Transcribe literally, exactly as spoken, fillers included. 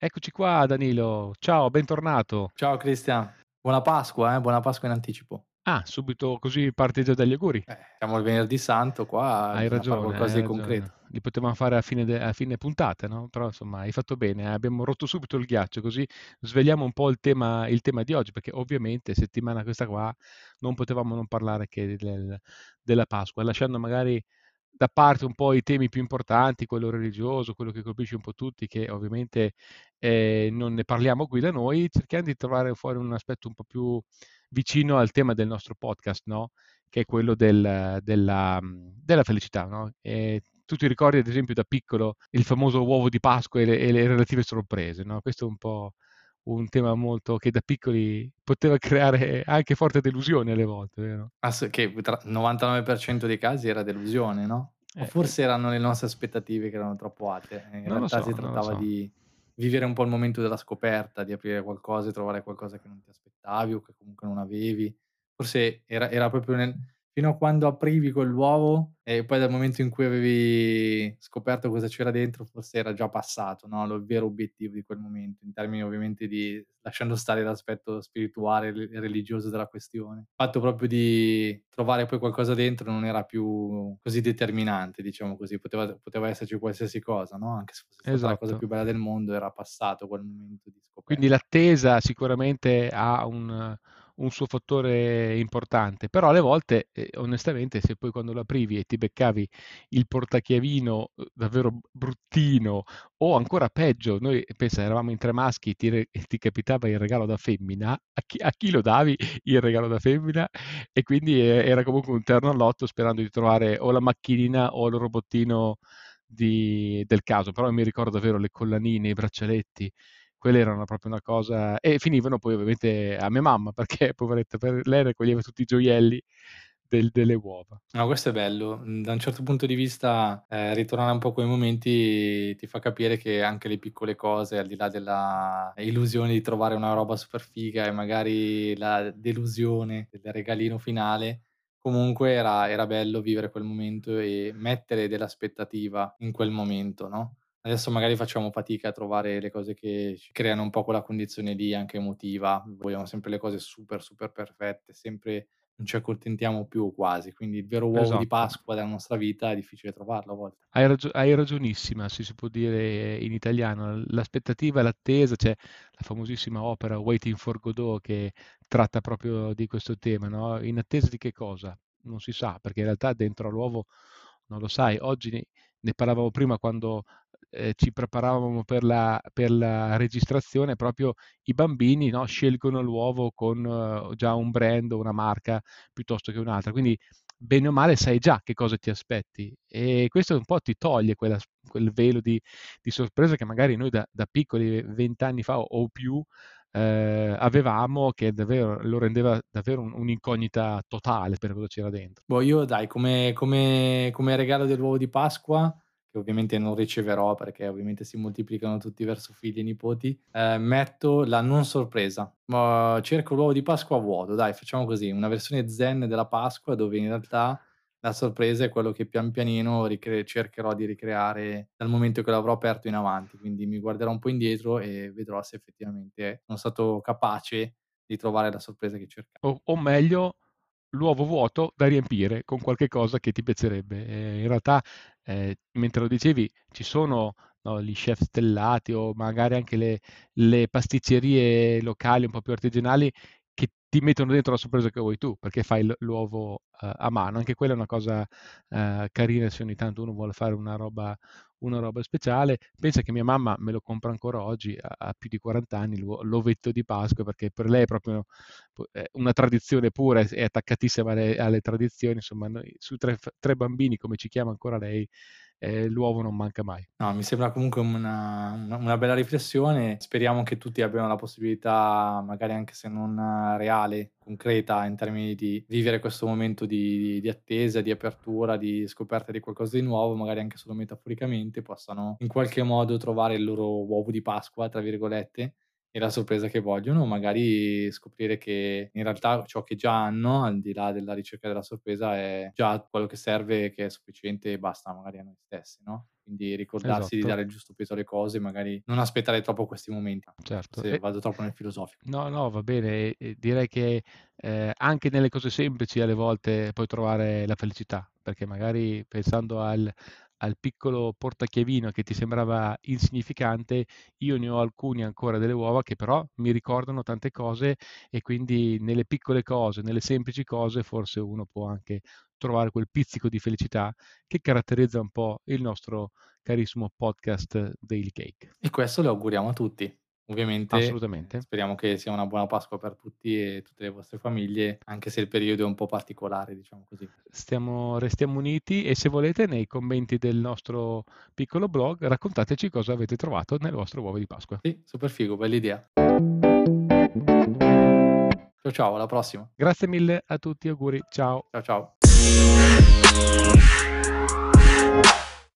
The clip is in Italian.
Eccoci qua Danilo, ciao, bentornato. Ciao Cristian, buona Pasqua, eh, buona Pasqua in anticipo. Ah, subito così parti già dagli auguri. Eh, siamo al venerdì santo, qua Hai bisogna fare ragione, qualcosa hai di concreto. ragione. Li potevamo fare a fine de a fine puntata, no, però insomma hai fatto bene, eh, abbiamo rotto subito il ghiaccio, così sveliamo un po' il tema il tema di oggi, perché ovviamente settimana questa qua non potevamo non parlare che del della Pasqua, lasciando magari da parte un po' i temi più importanti, quello religioso, quello che colpisce un po' tutti, che ovviamente, ehm, non ne parliamo qui da noi, cerchiamo di trovare fuori un aspetto un po' più vicino al tema del nostro podcast, no, che è quello del della mhmm, della felicità, no, ehm, tu ti ricordi ad esempio da piccolo il famoso uovo di Pasqua e le e le relative sorprese, no, questo è un po' un tema molto che da piccoli poteva creare anche forte delusione alle volte, vero? Ass che tra novantanove per cento dei casi era delusione, no, o Eh, que forse erano le nostre aspettative che erano troppo alte, e in non lo realtà so, si non lo trattava so. di vivere un po' il momento della scoperta, di aprire qualcosa e trovare qualcosa che non ti aspettavi o che comunque non avevi. Forse era era proprio nel fino a quando aprivi quell'uovo e poi dal momento in cui avevi scoperto cosa c'era dentro, forse era già passato, no, lo il vero obiettivo di quel momento, in termini ovviamente di lasciando stare l'aspetto spirituale e religioso della questione. Il fatto proprio di trovare poi qualcosa dentro non era più così determinante, diciamo così, poteva poteva esserci qualsiasi cosa, no, anche se fosse stata la cosa Esatto. più bella del mondo, era passato quel momento di Quindi scoperta. l'attesa sicuramente ha un un suo fattore importante, però alle volte, ehm, onestamente se poi quando lo aprivi e ti beccavi il portachiavino, uhm, davvero b bruttino o ancora peggio, noi pensa eravamo in tre maschi, ti re e ti capitava il regalo da femmina, a chi a chi lo davi il regalo da femmina? E quindi e era comunque un terno al lotto sperando di trovare o la macchinina o il robottino di del caso, però mi ricordo davvero le collanine, i braccialetti, quelle erano proprio una cosa e finivano poi ovviamente a mia mamma, perché poveretta per lei raccoglieva tutti i gioielli del delle uova. No, questo è bello. Mhmm, da un certo punto di vista, ehm, ritornare un po' a quei momenti ti fa capire che anche le piccole cose, al di là della illusione di trovare una roba super figa e magari la delusione del regalino finale, comunque era era bello vivere quel momento e mettere dell'aspettativa in quel momento, no, adesso magari facciamo fatica a trovare le cose che ci creano un po' quella condizione lì anche emotiva, vogliamo sempre le cose super, super perfette, sempre non ci accontentiamo più quasi, quindi il vero uovo di Esatto. Pasqua della nostra vita è difficile trovarlo a volte. Hai ragio hai ragionissima, se si può dire in italiano. L'aspettativa e l'attesa, c'è la famosissima opera Waiting for Godot che tratta proprio di questo tema, no, in attesa di che cosa? Non si sa, perché in realtà dentro all'uovo non lo sai. Oggi ne ne parlavamo prima quando, ehm, ci preparavamo per la per la registrazione, proprio i bambini, no, scelgono l'uovo con eh, già un brand o una marca piuttosto che un'altra. Quindi bene o male sai già che cosa ti aspetti e questo un po' ti toglie quella s quel velo di di sorpresa che magari noi da da piccoli venti anni fa o o più, ehm, avevamo, che davvero lo rendeva davvero un un'incognita totale per cosa c'era dentro. Boh, io dai, come come come regalo dell'uovo di Pasqua, che ovviamente non riceverò perché ovviamente si moltiplicano tutti verso figli e nipoti, ehm, metto la non sorpresa. Ma cerco l'uovo di Pasqua vuoto, dai, facciamo così, una versione zen della Pasqua dove in realtà la sorpresa è quello che pian pianino ricre cercherò di ricreare dal momento che l'avrò aperto in avanti. Quindi mi guarderò un po' indietro e vedrò se effettivamente sono stato capace di trovare la sorpresa che cerca. O o meglio, l'uovo vuoto da riempire con qualche cosa che ti piacerebbe. Ehm, in realtà, ehm, mentre lo dicevi, ci sono, no, gli chef stellati o magari anche le le pasticcerie locali un po' più artigianali che ti mettono dentro la sorpresa che vuoi tu, perché fai l l'uovo, uhm, a mano. Anche quella è una cosa, ehm, carina se ogni tanto uno vuole fare una roba una roba speciale. Pensa che mia mamma me lo compra ancora oggi, ha ha più di quaranta anni, l'uo l'ovetto di Pasqua, perché per lei è proprio p è una tradizione pura, è s è attaccatissima alle alle tradizioni, insomma noi su tre f tre bambini, come ci chiama ancora lei, ehm, l'uovo non manca mai. No, mi sembra comunque una una una bella riflessione. Speriamo che tutti abbiano la possibilità, magari anche se non reale, concreta, in termini di vivere questo momento di di attesa, di apertura, di scoperta di qualcosa di nuovo, magari anche solo metaforicamente, possano in qualche modo trovare il loro "uovo di Pasqua", tra virgolette, e la sorpresa che vogliono, o magari scoprire che in realtà ciò che già hanno, al di là della ricerca della sorpresa, è già quello che serve, che è sufficiente e basta magari a noi stessi, no, quindi ricordarsi di Esatto, dare il giusto peso alle cose, magari non aspettare troppo questi momenti. certo. Forse E vado troppo nel filosofico. no, no, va bene. E e direi che, ehm, anche nelle cose semplici alle volte puoi trovare la felicità, perché magari pensando al al piccolo portachiavino che ti sembrava insignificante, io ne ho alcuni ancora delle uova che però mi ricordano tante cose e quindi nelle piccole cose, nelle semplici cose forse uno può anche trovare quel pizzico di felicità che caratterizza un po' il nostro carissimo podcast Daily Cake. E questo lo auguriamo a tutti. Ovviamente, ehm, Assolutamente. speriamo che sia una buona Pasqua per tutti e tutte le vostre famiglie, anche se il periodo è un po' particolare, diciamo così. Stiamo restiamo uniti e se volete nei commenti del nostro piccolo blog raccontateci cosa avete trovato nelle vostre uova di Pasqua. Sì, super figo, bell'idea. Ciao, ciao, alla prossima. Grazie mille a tutti, auguri, ciao. Ciao, ciao.